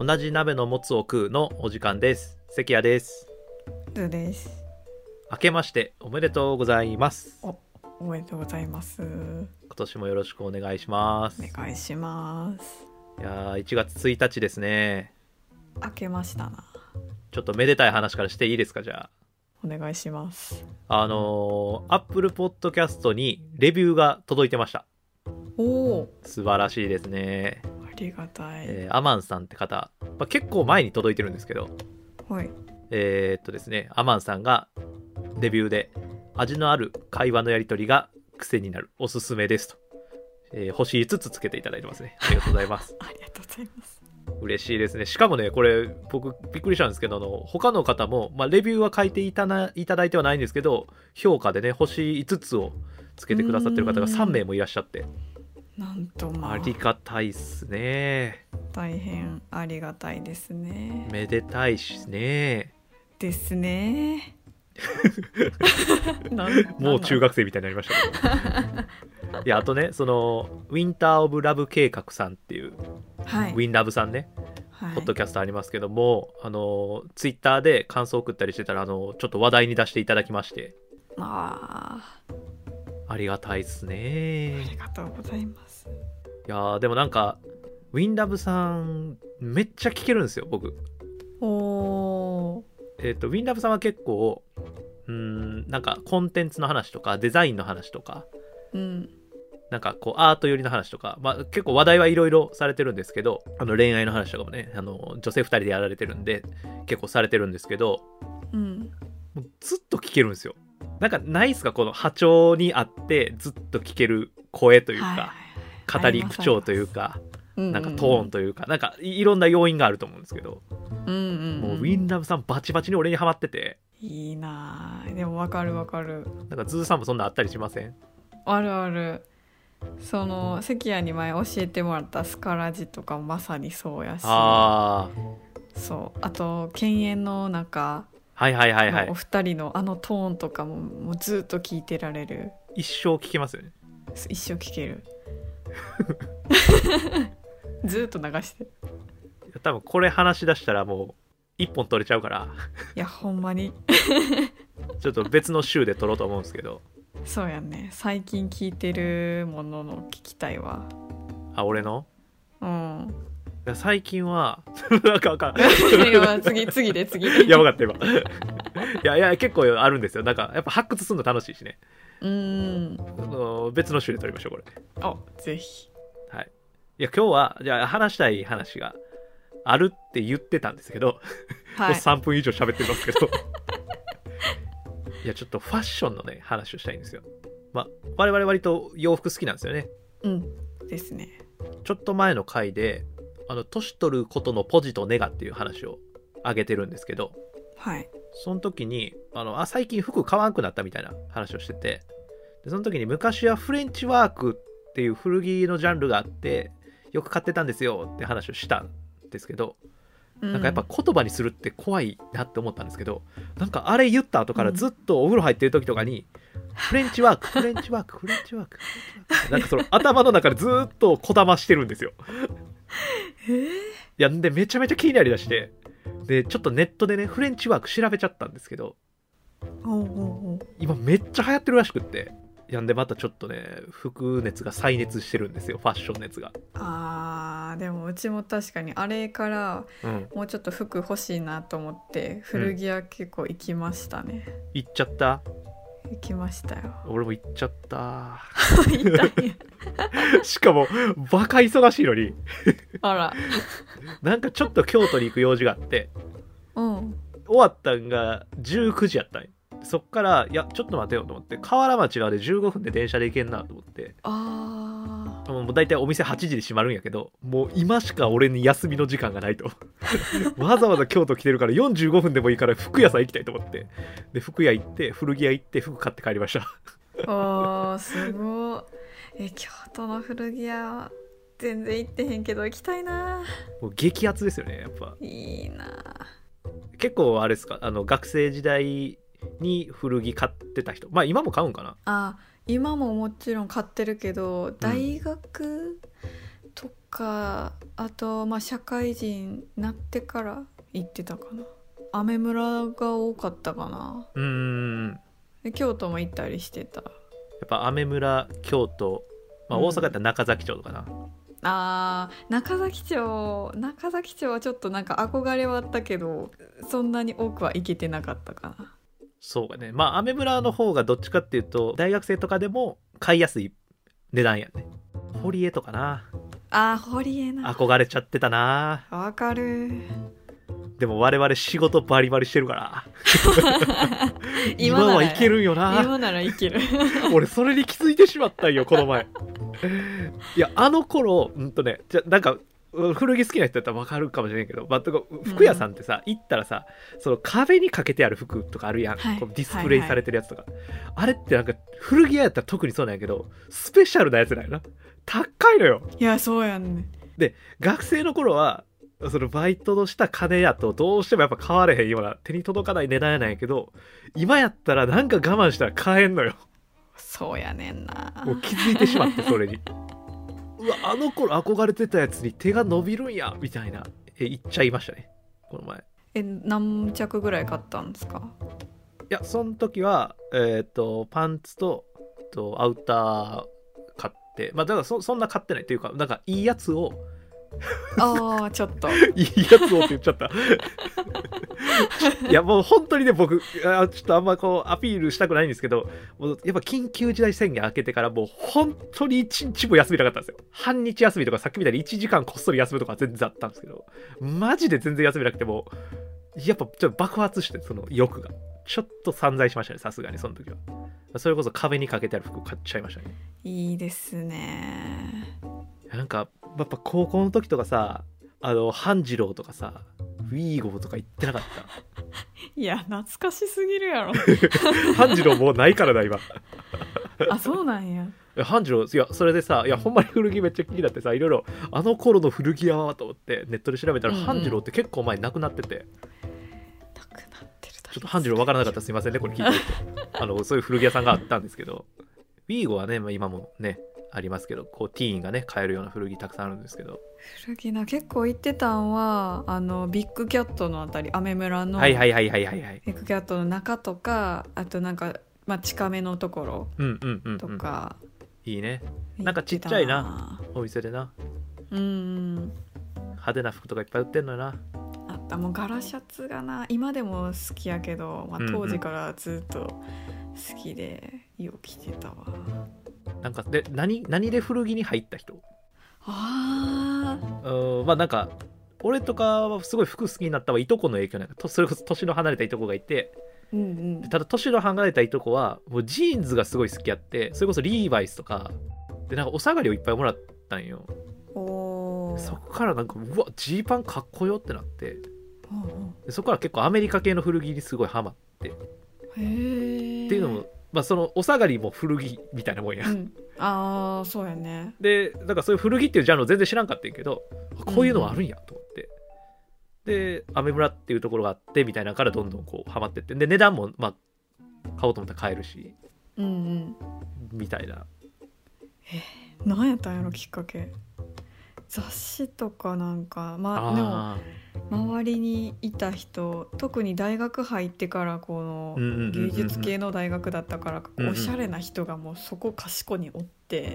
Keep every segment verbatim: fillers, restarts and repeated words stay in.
同じ鍋のもつを食うのお時間です。関谷です。 ルーです。 明けましておめでとうございます。 お、おめでとうございます。 今年もよろしくお願いします。 お願いします。 いやーいちがつついたちですね。 明けましたな。 ちょっとめでたい話からしていいですか。じゃあお願いします。 あのー、Apple Podcast にレビューが届いてました。 おお、 素晴らしいですね。 ありがたい、 えー、アマンさんって方、まあ、結構前に届いてるんですけど、 はいえー、っとですねアマンさんがレビューで味のある会話のやり取りが癖になる、おすすめですと、えー、星いつつつけていただいてますね。ありがとうございますありがとうございます。 嬉しいですね。しかもねこれ僕びっくりしたんですけど、あの他の方も、まあ、レビューは書いていたな、いただいてはないんですけど、評価でね星いつつをつけてくださってる方がさんめいもいらっしゃって、 なんとまあありがたいっすね。 大変ありがたいですね。 めでたいしね。 ですねもう中学生みたいになりましたけどいやあとね、そのウィンターオブラブ計画さんっていう、はい、ウィンラブさんね、はい、ポッドキャストありますけども、あのツイッターで感想を送ったりしてたら、あのちょっと話題に出していただきまして、あありがたいですね。 ありがとうございます。 いやでもなんかウィンラブさんめっちゃ聞けるんですよ僕。おー、えっとウィンラブさんは結構うーんなんかコンテンツの話とかデザインの話とか、うん、なんかこうアート寄りの話とか、まあ、結構話題はいろいろされてるんですけど、あの恋愛の話とかもね、あの女性ふたりでやられてるんで結構されてるんですけど、うん、もうずっと聞けるんですよ。なんかないっすか、この波長にあってずっと聞ける声というか、はい、語り口調というか、なんかトーンというか、なんかいろんな要因があると思うんですけど、うんうんうん、もうウィンラブさんバチバチに俺にハマってて。 いいな。でも分かる分かる。 なんかズーさんもそんなあったりしません？ あるある。その関谷に前教えてもらったスカラジとかもまさにそうやし、あそうあと犬猿の中、はいはいはいはい、お二人のあのトーンとかももうずっと聞いてられる。 一生聞けますよね。 一生聞けるずっと流してる。 多分これ話し出したらもう一本取れちゃうからいやほんまにちょっと別の週で撮ろうと思うんですけど。 そうやね、最近聞いてるものの聞きたいわ。 あ、俺の？うん。いや最近はなんかわかん次次で次でやばかった今いやいや結構あるんですよ。なんかやっぱ発掘するの楽しいしね。うん、別の週で撮りましょうこれ。 あ、ぜひ。 はい。いや今日はじゃあ話したい話があるって言ってたんですけど、はい、もうさんぷん以上喋ってますけどいやちょっとファッションのね話をしたいんですよ。まあ我々割と洋服好きなんですよね。 うんですね。 ちょっと前の回であの年取ることのポジとネガっていう話を上げてるんですけど、はい、その時にあのあ最近服買わんくなったみたいな話をしてて、でその時に昔はフレンチワークっていう古着のジャンルがあってよく買ってたんですよって話をしたんですけど、なんかやっぱ言葉にするって怖いなって思ったんですけど、なんかあれ言った後からずっとお風呂入ってる時とかに、うん、フレンチワークフレンチワークフレンチワークなんかその頭の中でずっとこだましてるんですよ。えー、いやでめちゃめちゃ気になりだして、でちょっとネットでねフレンチワーク調べちゃったんですけど、おうおうおう今めっちゃ流行ってるらしくって、いやんでまたちょっとね服熱が再熱してるんですよ、ファッション熱が。あーでもうちも確かにあれからもうちょっと服欲しいなと思って古着屋結構行きましたね、うん、 行っちゃった？ 行きましたよ。 俺も行っちゃった行ったんやしかもバカ忙しいのにあらなんかちょっと京都に行く用事があって、うん、終わったんがじゅうくじやったんや。そっからいやちょっと待てよと思って、河原町側でじゅうごふんで電車で行けんなと思って、あもうだいたいお店はちじで閉まるんやけど、もう今しか俺に休みの時間がないとわざわざ京都来てるからよんじゅうごふんでもいいから服屋さん行きたいと思って、で服屋行って古着屋行って服買って帰りましたあーすごい。え京都の古着屋全然行ってへんけど行きたいな。 もう激アツですよねやっぱ。 いいな。 結構あれですか、あの学生時代に古着買ってた人、まあ今も買うんかな。 あ今ももちろん買ってるけど、大学とかあとまあ社会人なってから行ってたかな。アメ村が多かったかな。 うーんで京都も行ったりしてた。 やっぱアメ村、京都、まあ、大阪やったら中崎町とかな、うん、 あー中崎町中崎町はちょっとなんか憧れはあったけどそんなに多くは行けてなかったかな。 そうかね。まあアメ村の方がどっちかっていうと大学生とかでも買いやすい値段やね。堀江とかな。 あー堀江な、 憧れちゃってたな。 わかる。 でも我々仕事バリバリしてるから今はいけるんよな。 今ならいける俺それに気づいてしまったんよこの前。いやあの頃うんとねじゃなんか古着好きな人だったら分かるかもしれんけど、まあ、服屋さんってさ、うん、行ったらさその壁にかけてある服とかあるやん、はい、このディスプレイされてるやつとか、はいはい、あれってなんか古着屋やったら特にそうなんやけどスペシャルなやつだよな。高いのよ。 いやそうやんね。 で学生の頃はそのバイトのした金やとどうしてもやっぱ買われへんような手に届かない値段やなんやけど、今やったらなんか我慢したら買えんのよ。 そうやねんな。 もう気づいてしまってそれにうわあの頃憧れてたやつに手が伸びるんやみたいなえ言っちゃいましたねこの前。 え何着ぐらい買ったんですか？ いやその時はえっ、ー、とパンツととアウター買って、まあだから そ, そんな買ってないというかなんかいいやつをああちょっといいやつをって言っちゃったいやもう本当にね僕あちょっとあんまこうアピールしたくないんですけど、もうやっぱ緊急事態宣言明けてからもう本当に一日も休みなかったんですよ。半日休みとかさっきみたいにいちじかんこっそり休むとか全然あったんですけど、マジで全然休みなくてもやっぱちょっと爆発してその欲がちょっと散財しましたねさすがにその時は。それこそ壁にかけてある服買っちゃいましたね。 いいですね。 なんかやっぱ高校の時とかさあの半次郎とかさウィーゴーとか行ってなかった？ いや懐かしすぎるやろ半次郎もうないからな今あそうなんや。 半次郎いやそれでさいやほんまに古着めっちゃ気になってさいろいろあの頃の古着屋はと思ってネットで調べたら、うんうん、半次郎って結構前なくなっててなくなってるだけちょっと半次郎分からなかったらすいませんねこれ聞いてるとあのそういう古着屋さんがあったんですけどウィーゴーはね、まあ、今もねありますけどこうティーンがね買えるような古着たくさんあるんですけど、 古着な結構行ってたんはあのビッグキャットのあたりアメ村のはいはいはいはいはいはいビッグキャットの中とかあとなんか、まあ、近めのところとか、 うんうんうんうん、いいね。なんかちっちゃいなお店でなうん派手な服とかいっぱい売ってんのよな。 あったもう柄シャツがな今でも好きやけど、まあ、当時からずっと好きでよく着てたわ。 なんかで 何, 何で古着に入った人？ あーまあなんか俺とかはすごい服好きになったはいとこの影響なんかそれこそ年の離れたいとこがいて、うんうん、ただ年の離れたいとこはもうジーンズがすごい好きやってそれこそリーバイスとかでなんかお下がりをいっぱいもらったんよ。おそこからなんかうわジーパンかっこよってなってでそこから結構アメリカ系の古着にすごいハマってへっていうのもまあ、そのお下がりも古着みたいなもんや、うん、 ああそうやね。 でだからそういう古着っていうジャンルを全然知らんかったんやけどこういうのがあるんやと思って、うん、でアメ村っていうところがあってみたいなからどんどんこうハマってってで値段もまあ買おうと思ったら買えるし、うんうん、みたいな。 え何やったんやろきっかけ。雑誌とかなんかまあでも周りにいた人特に大学入ってからこの芸術系の大学だったから、おしゃれな人がもうそこかしこにおって、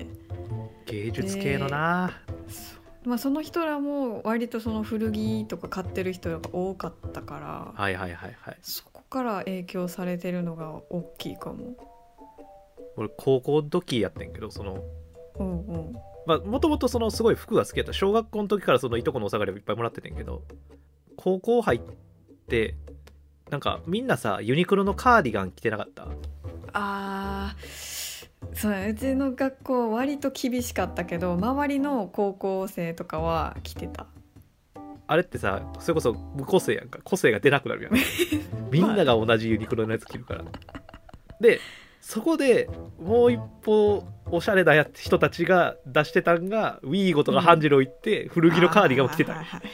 芸術系のな、 まあ、その人らも割とその古着とか買ってる人が多かったから、 はいはいはいはい、 そこから影響されてるのが大きいかも。 俺高校の時やってんけどそのうんうんまあもともとそのすごい服が好きやった小学校の時からそのいとこのお下がりをいっぱいもらっててんけど高校入ってなんかみんなさユニクロのカーディガン着てなかった？ あーそううちの学校割と厳しかったけど周りの高校生とかは着てた。 あれってさそれこそ無個性やんか個性が出なくなるやんみんなが同じユニクロのやつ着るからでそこでもう一歩おしゃれな人たちが出してたんがウィーゴとかハンジロー行って古着のカーディガンを着てた、うんはいはい、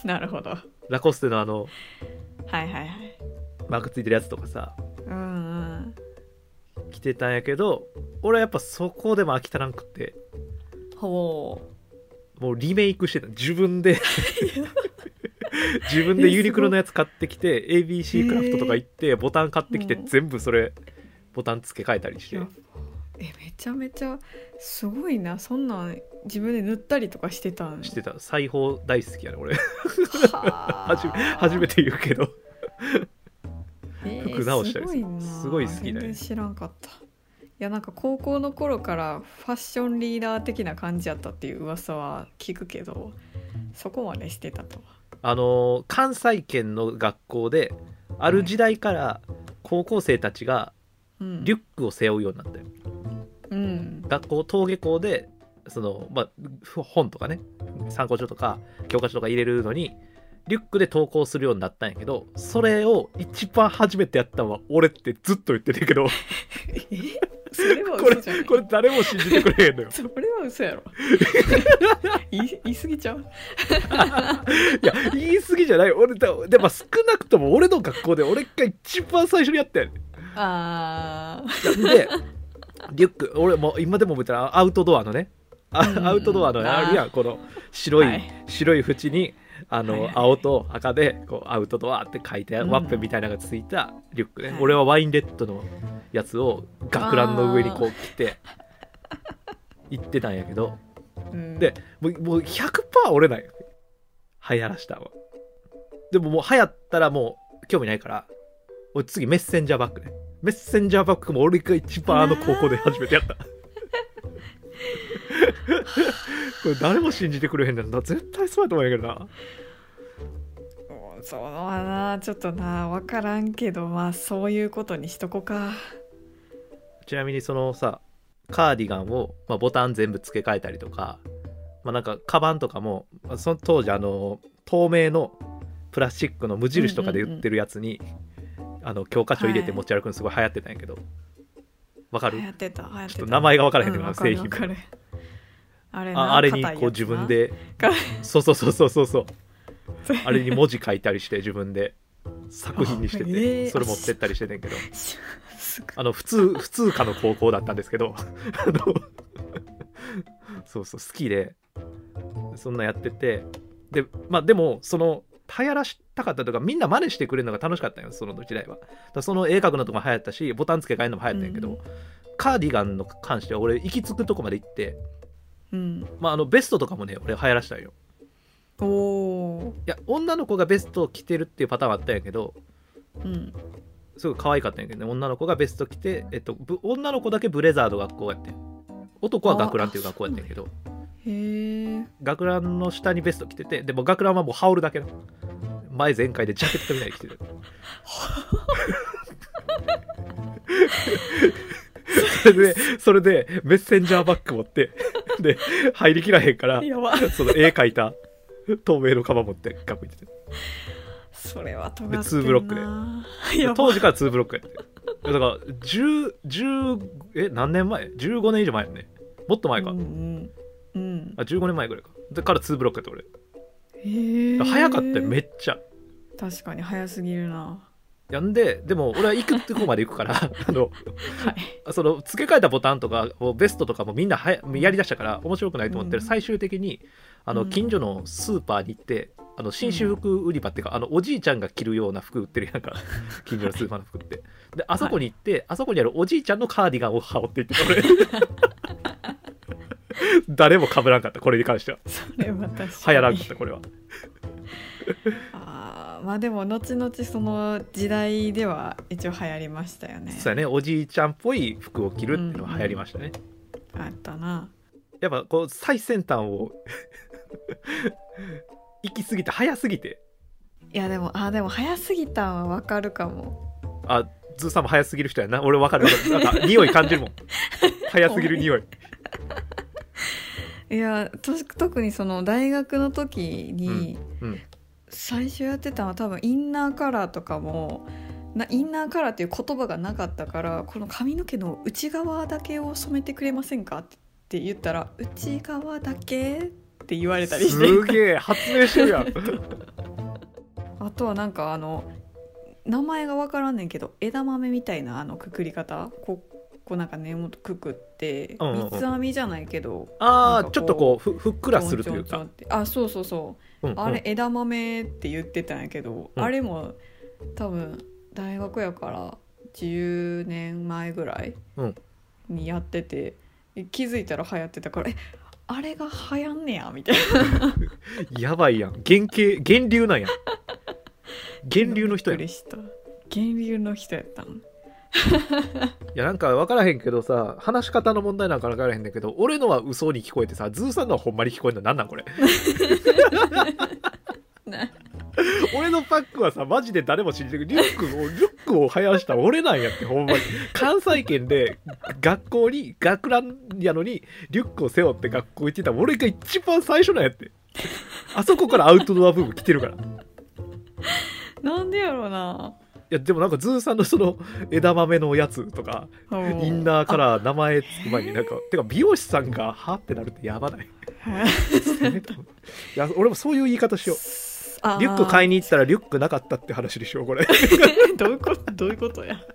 なるほど。 ラコステのあのはいはいはいマークついてるやつとかさ、 うんうん、 着てたんやけど俺はやっぱそこでも飽きたらんくってほもうリメイクしてた自分で自分でユニクロのやつ買ってきて エービーシー クラフトとか行ってボタン買ってきて全部それボタン付け替えたりして、 えめちゃめちゃすごいな。そんなん自分で塗ったりとかしてたんしてた。裁縫大好きやね俺初め初めて言うけど服直したりする、えー、す, すごい好きだね。 全然知らんかった。いやなんか高校の頃からファッションリーダー的な感じやったっていう噂は聞くけど、そこまでしてたとは。 あの関西圏の学校である時代から高校生たちがリュックを背負うようになったよ、うん、学校登下校でその、まあ、本とかね参考書とか教科書とか入れるのにリュックで登校するようになったんやけど、それを一番初めてやったのは俺ってずっと言ってるけどえそれは嘘じゃない。 これ、これ誰も信じてくれへんのよそれは嘘やろ言い、言い過ぎちゃういや言い過ぎじゃない。俺だでも少なくとも俺の学校で俺が一番最初にやったよね。あでリュック俺もう今でも覚えたらアウトドアのね、うん、アウトドアのあるやんこの白い、はい、白い縁にあの、はいはい、青と赤でこうアウトドアって書いて、うん、ワッペンみたいなのがついたリュックね、はい、俺はワインレッドのやつを学ランの上にこう着て行ってたんやけど、うん、でもう、もう ひゃくパーセント 折れないよ流行らしたんは。でももう流行ったらもう興味ないから俺次メッセンジャーバッグね。メッセンジャーバッグも俺が一番あの高校で初めてやったこれ誰も信じてくれへんねんな。絶対そうやと思うんやけどな。 そうはなちょっとな分からんけど、まあそういうことにしとこか。 ちなみにそのさカーディガンを、まあ、ボタン全部付け替えたりとか、まあ、なんかカバンとかもその当時あの透明のプラスチックの無印とかで売ってるやつに、うんうんうん、あの教科書入れて持ち歩くのすごい流行ってたんやけど、わ、はい、かる？ 流行ってた流行ってた。 ちょっと名前が分からへんねんけど、製品名あれああれにこう自分でそうそうそうそうそうそうあれに文字書いたりして自分で作品にしてて、えー、それ持ってったりしててんけどあの普通普通科の高校だったんですけどあのそうそう好きでそんなやってて、でまあでもその流行らしたかったとかみんな真似してくれるのが楽しかったよその時代は。だその絵描くのとかも流行ったしボタン付け替えるのも流行ったんやけど、うん、カーディガンの関しては俺行き着くとこまで行って、うんまあ、あのベストとかもね俺流行らしたんよ。おいや女の子がベストを着てるっていうパターンはあったんやけど、うん、すごい可愛かったんやけどね。女の子がベスト着て、えっと、女の子だけブレザーの学校やってん、男は学ランっていう学校やってんけど、へ学ランの下にベスト着てて、でも学ランはもう羽織るだけの前全開でジャケットみたいに着てるそれでそれでメッセンジャーバッグ持ってで入りきらへんからその絵描いた透明のカバン持って学校行ってて、 それは尖ってんな。 でツーブロックで当時からツーブロックやってだからじゅう、じゅうえ何年前じゅうごねん以上前よね。もっと前か、うんうん、あじゅうごねんまえぐらいか。だからツーブロックやって俺。へえ早かったよめっちゃ。 確かに早すぎるな。 やんででも俺は行くってとこまで行くからあの、はい、その付け替えたボタンとかベストとかもみんなはややりだしたから面白くないと思ってる、うん、最終的にあの近所のスーパーに行って、うん、あの新種服売り場っていうか、あのおじいちゃんが着るような服売ってるやんか近所のスーパーの服ってであそこに行って、はい、あそこにあるおじいちゃんのカーディガンを羽織っていって俺誰も被らんかったこれに関しては。 それは確かに流行らんかったこれはあまあでも後々その時代では一応流行りましたよね。 そうやね、おじいちゃんっぽい服を着るっていうのは流行りましたね、 うんうん、あったな。 やっぱこう最先端を行き過ぎて早すぎて。 いやでもあでも早すぎたんは分かるかも。 あズーさんも早すぎる人やな。俺分かるなんか匂い感じるもん早すぎる匂いいやと特にその大学の時に、うんうん、最初やってたのは多分インナーカラーとかもなインナーカラーっていう言葉がなかったから、この髪の毛の内側だけを染めてくれませんかって言ったら内側だけって言われたりして、 すげえ発明してるやんあとはなんかあの名前が分からんねんけど枝豆みたいなあのくくり方こうこうなんか根元くくって、うんうんうん、三つ編みじゃないけどああちょっとこう ふ, ふっくらするというかちょんちょんちょんってあそうそうそう、うんうん、あれ枝豆って言ってたんやけど、うん、あれも多分大学やからじゅうねんまえぐらいにやってて、うん、気づいたら流行ってたからえあれが流行んねやみたいなやばいやん原型源流なんや源流の人やんびっくりした源流の人やったんいやなんか分からへんけどさ話し方の問題なんか分からへんねんけど俺のは嘘に聞こえてさズーさんのはほんまに聞こえるのなんなんこれ俺のパックはさマジで誰も信じてるリュックをリュックを生やした俺なんやってほんまに関西圏で学校に学ランやのにリュックを背負って学校行ってた俺が一番最初なんやってあそこからアウトドアブーム来てるからなんでやろうないやでもなんかズーさんのその枝豆のやつとかインナーから名前つく前になんかてか美容師さんがはってなるってやばないいや俺もそういう言い方しようリュック買いに行ったらリュックなかったって話でしょこれどういうことどういうことや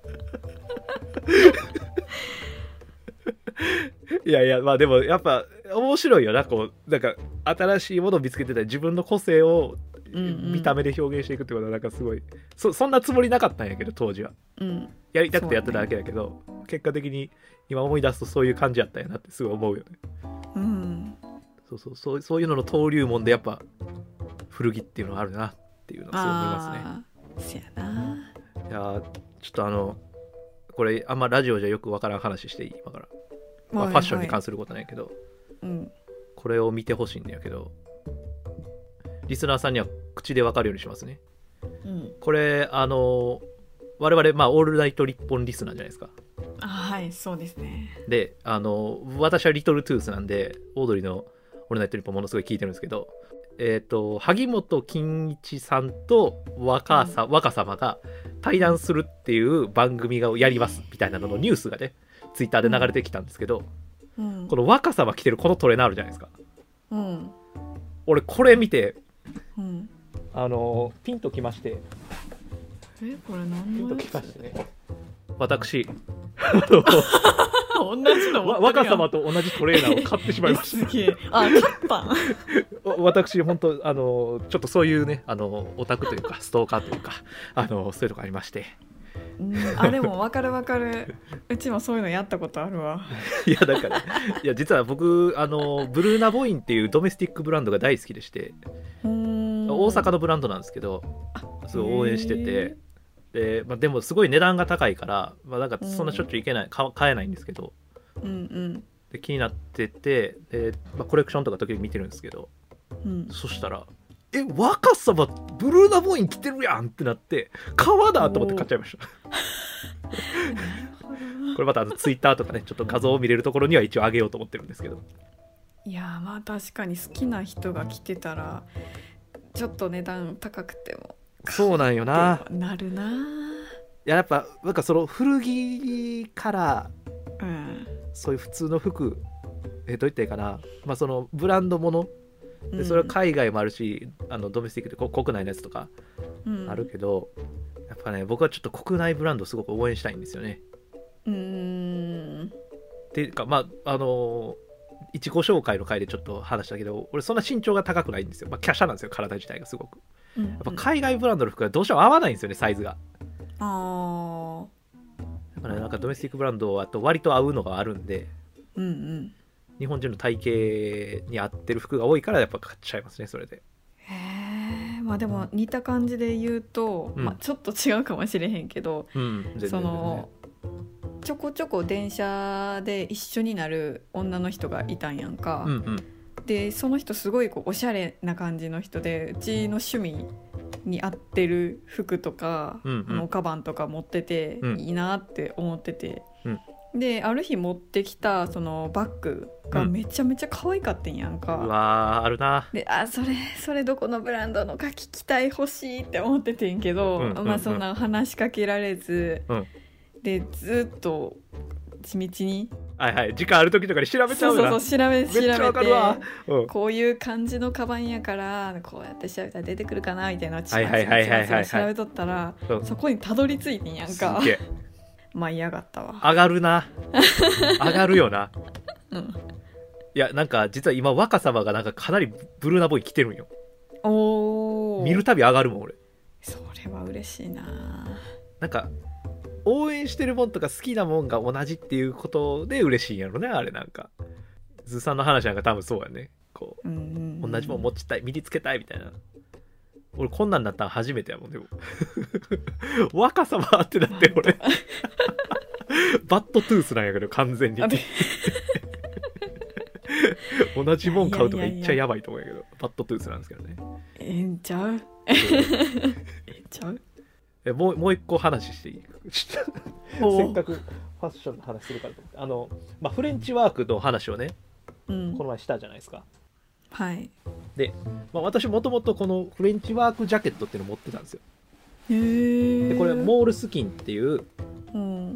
いやいやまあでもやっぱ面白いよなこうなんか新しいものを見つけてたり自分の個性を見た目で表現していくってことはなんかすごい そ, そんなつもりなかったんやけど当時は、うん、やりたくてやってただけだけど、ね、結果的に今思い出すとそういう感じやったんやなってすごい思うよね、うん、そうそうそう、そういうのの登竜門でやっぱ古着っていうのがあるなっていうのをすごい思いますね。 そやな。 いやちょっとあのこれあんまラジオじゃよくわからん話していい今から、まあ、ファッションに関することなんやけど、はいはいうん、これを見てほしいんだけどリスナーさんには口でわかるようにしますね、うん、これあの我々まあオールナイトリッポンリスナーじゃないですか。 あはいそうですね。 であの私はリトルトゥースなんでオードリーのオールナイトリッポンものすごい聞いてるんですけどえっ、ー、と萩本欽一さんと若さ、うん、若様が対談するっていう番組がやりますみたいなののニュースがねツイッターで流れてきたんですけど、うん、この若様着てるこのトレーナーあるじゃないですか、うん、俺これ見て、うん、あのピンときましてえこれ何ピンときましてね私同じの若様と同じトレーナーを買ってしまいました。 すげえ。あ、買ったん私本当あのちょっとそういうねあのオタクというかストーカーというかあのそういうとこありまして。 うんあでも分かる分かる。うちもそういうのやったことあるわ。 いやだからいや実は僕あのブルーナボインっていうドメスティックブランドが大好きでして、大阪のブランドなんですけど、すごい応援してて。で, まあ、でもすごい値段が高いから、まあ、なんかそんなしょっちゅういけない、うん、買えないんですけど、うんうん、で気になっててで、まあ、コレクションとか時々見てるんですけど、うん、そしたらえ若様ブルーナボイン着てるやんってなって革だと思って買っちゃいましたこれまたあのツイッターとかねちょっと画像を見れるところには一応上げようと思ってるんですけど、 いやまあ確かに好きな人が着てたらちょっと値段高くてもそうなんよな。 なるな。いややっぱなんかその古着から、うん、そういう普通の服えどう言ったらいいかな、まあそのブランドものでそれは海外もあるし、うん、あのドメスティックで国内のやつとかあるけど、うん、やっぱね僕はちょっと国内ブランドをすごく応援したいんですよね。うーんっていうかまああのいちご紹介の回でちょっと話したけど俺そんな身長が高くないんですよ。まあ華奢なんですよ体自体がすごく。やっぱ海外ブランドの服がどうしても合わないんですよねサイズが。あだからなんかドメスティックブランドはと割と合うのがあるんで、うんうん、日本人の体型に合ってる服が多いからやっぱ買っちゃいますねそれで。 へえまあでも似た感じで言うと、うんまあ、ちょっと違うかもしれへんけど、うん、全然そのちょこちょこ電車で一緒になる女の人がいたんやんか、うんうんでその人すごいこうおしゃれな感じの人でうちの趣味に合ってる服とか、うんうん、おカバンとか持ってて、うん、いいなって思ってて、うん、である日持ってきたそのバッグがめちゃめちゃ可愛かったんやんか、うん、 うわーあるな。 であそれそれどこのブランドのか聞きたい欲しいって思っててんけど、うんうんうん、まあそんな話しかけられず、うん、でずっと地道にはいはい、時間ある時とかに調べちゃうな。 そうそうそう調べ調べてめっちゃわかるわ、 うん、 こういう感じのカバンやからこうやって調べたら出てくるかなみたいなチラチラ調べとったら、うん、そこにたどり着いてんやんか。 舞い上がったわ。 上がるな上がるよな。 うん。 いやなんか実は今若様がなんかかなりブルーなボーイ来てるんよ。 おー、 見るたび上がるもん俺。 それは嬉しいな。 なんか応援してるもんとか好きなもんが同じっていうことで嬉しいんやろねあれ。なんかズーさんの話なんか多分そうやね。こう、うんうんうん、同じもん持ちたい身につけたいみたいな。俺こんなんだったら初めてやもん。でも若さまってなって俺バッドトゥースなんやけど完全に同じもん買うとか言っちゃやばいと思うんやけど、いやいやいやバッドトゥースなんですけどね。 ええんちゃうええんちゃうえもうもう一個話していいせっかくファッションの話するからと思って、あの、まあ、フレンチワークの話をね、うん、この前したじゃないですか。 はい。 で、まあ、私もともとこのフレンチワークジャケットっていうのを持ってたんですよ。 へー。 でこれモールスキンっていう、うん、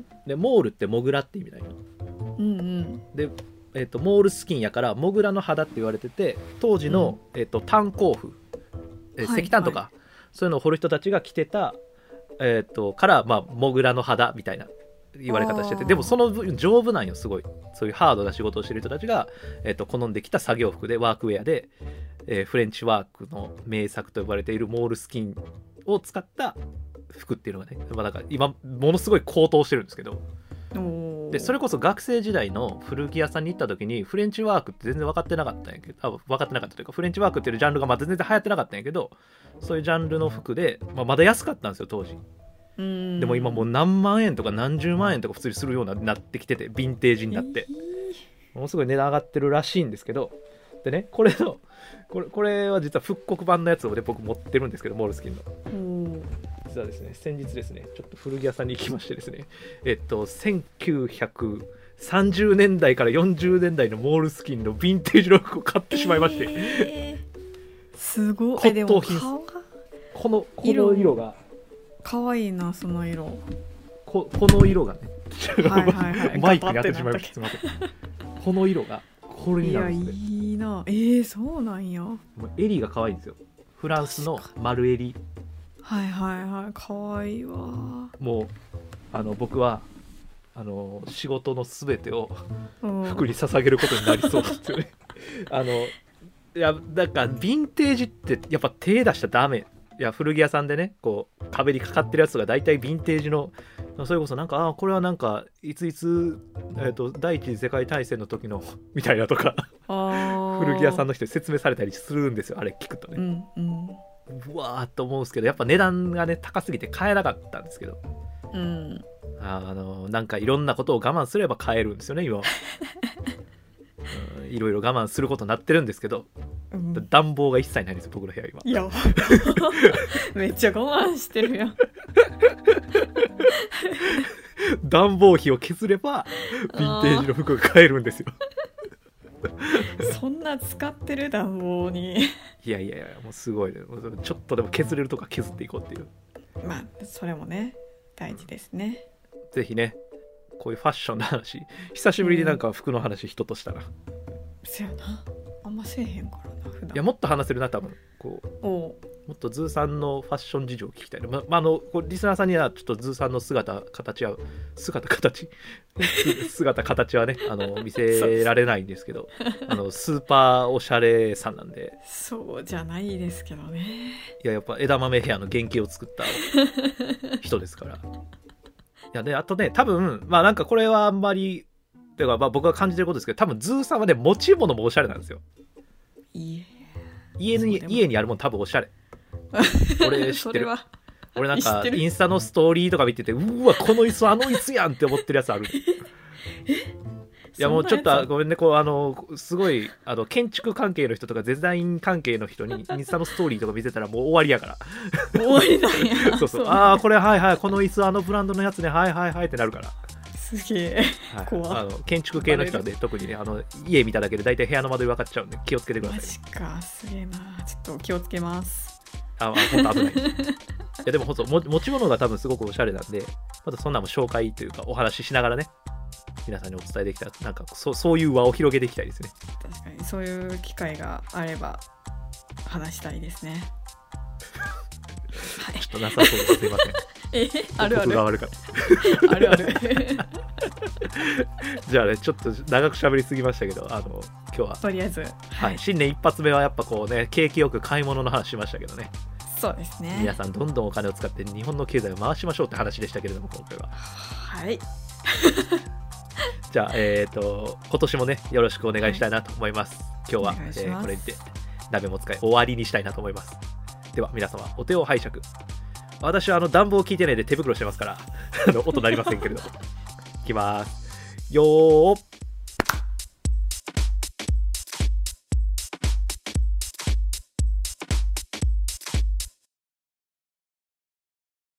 でモールってモグラって意味だよ。うんうん、で、えーと、モールスキンやからモグラの肌って言われてて、当時の、うん、えーと、炭鉱夫、えー、石炭とか、はいはい、そういうのを掘る人たちが着てた、えーと、から、まあ、モグラの肌みたいな言われ方してて、でもその分丈夫なんよ。すごいそういうハードな仕事をしてる人たちが、えーと、好んできた作業服でワークウェアで、えー、フレンチワークの名作と呼ばれているモールスキンを使った服っていうのがね、まあ、なんか今ものすごい高騰してるんですけど、でそれこそ学生時代の古着屋さんに行った時にフレンチワークって全然分かってなかったんやけど、あ分かってなかったというかフレンチワークっていうジャンルがまだ全然流行ってなかったんやけど、そういうジャンルの服で、まあ、まだ安かったんですよ当時。うんでも今もう何万円とか何十万円とか普通にするようになってきてて、ヴィンテージになってものすごい値段上がってるらしいんですけど、でねこれのこれこれは実は復刻版のやつを、ね、僕持ってるんですけど、モールスキンの。実はですね先日ですねちょっと古着屋さんに行きましてですね、えっとせんきゅうひゃくさんじゅうねんだいからよんじゅうねんだいのモールスキンのヴィンテージの服を買ってしまいまして、えー、すごい。 骨董品。このこの色がかわいいな、その色。 こ, この色がねはいはい、はい、マイクに当ててしまいました。すみません。この色がこれになるんですね。 いやいいな。えー、そうなんや。 襟が可愛いんですよ。フランスの丸襟。 はいはいはい、可愛いわ。 もうあの僕はあの仕事のすべてを服に捧げることになりそうですよね。あのいやだからヴィンテージってやっぱ手出しちゃダメ。いや古着屋さんでねこう壁にかかってるやつが大体ヴィンテージの、それこそなんかあこれはなんかいついつ、えー、と第一次世界大戦の時のみたいなとか古着屋さんの人に説明されたりするんですよ、あれ聞くとね。うんうんうわーっと思うんですけど、やっぱ値段がね高すぎて買えなかったんですけど、うん、あのなんかいろんなことを我慢すれば買えるんですよね今は。うん、いろいろ我慢することになってるんですけど、うん、暖房が一切ないんですよ僕の部屋今。 いやめっちゃ我慢してるやん。 暖房費を削ればヴィンテージの服が買えるんですよ。 そんな使ってる暖房に。 いやいやいやもうすごいね。ちょっとでも削れるとか削っていこうっていう。 まあそれもね大事ですね。 ぜひねこういうファッションの話久しぶりになんか服の話人としたら、うん、 そやなあんませえへんからな普段。 いやもっと話せるな多分こうおもっとズーさんのファッション事情を聞きたいな、ままあ、あのこうリスナーさんにはちょっとズーさんの姿形は姿形姿形はねあの見せられないんですけどあのスーパーおしゃれさんなんで。 そうじゃないですけどね。 いややっぱ枝豆ヘアの原型を作った人ですから。いやであとね多分まあなんかこれはあんまりてかまあ僕が感じてることですけど、多分ズーさんはね持ち物もおしゃれなんですよ。いえ家に家にあるもん多分おしゃれ。俺知ってる。俺なんかインスタのストーリーとか見ててうわこの椅子あの椅子やんって思ってるやつある。いやもうちょっとごめんねこうあのすごいあの建築関係の人とかデザイン関係の人にインスタのストーリーとか見せたらもう終わりやから。 終わりなんや。 そうそうああこれはいはいこの椅子あのブランドのやつねはいはいはいってなるから。 すげえ、はい、怖あの建築系の人はね特にねあの家見ただけで大体部屋の窓で分かっちゃうんで気をつけてください。 マジかすげえなちょっと気をつけます。 ああ本当危ない。いやでも本当も持ち物が多分すごくおしゃれなんでまたそんなも紹介というかお話ししながらね皆さんにお伝えできたらなんか そ, そういう輪を広げていきたいですね。 確かにそういう機会があれば話したいですね。 ちょっとなさそうですすいません。 えあるあるが悪かったあるあるじゃあねちょっと長く喋りすぎましたけど、あの今日はとりあえず、 はいはい、新年一発目はやっぱこうね景気よく買い物の話しましたけどね。 そうですね、 皆さんどんどんお金を使って日本の経済を回しましょうって話でしたけれども、今回ははいじゃあ、えーと、今年もねよろしくお願いしたいなと思います、はい、今日は、えー、これにて鍋も使い終わりにしたいなと思います。では皆様お手を拝借。私はあの暖房効いてないで手袋してますから音鳴りませんけれどもいきますよー。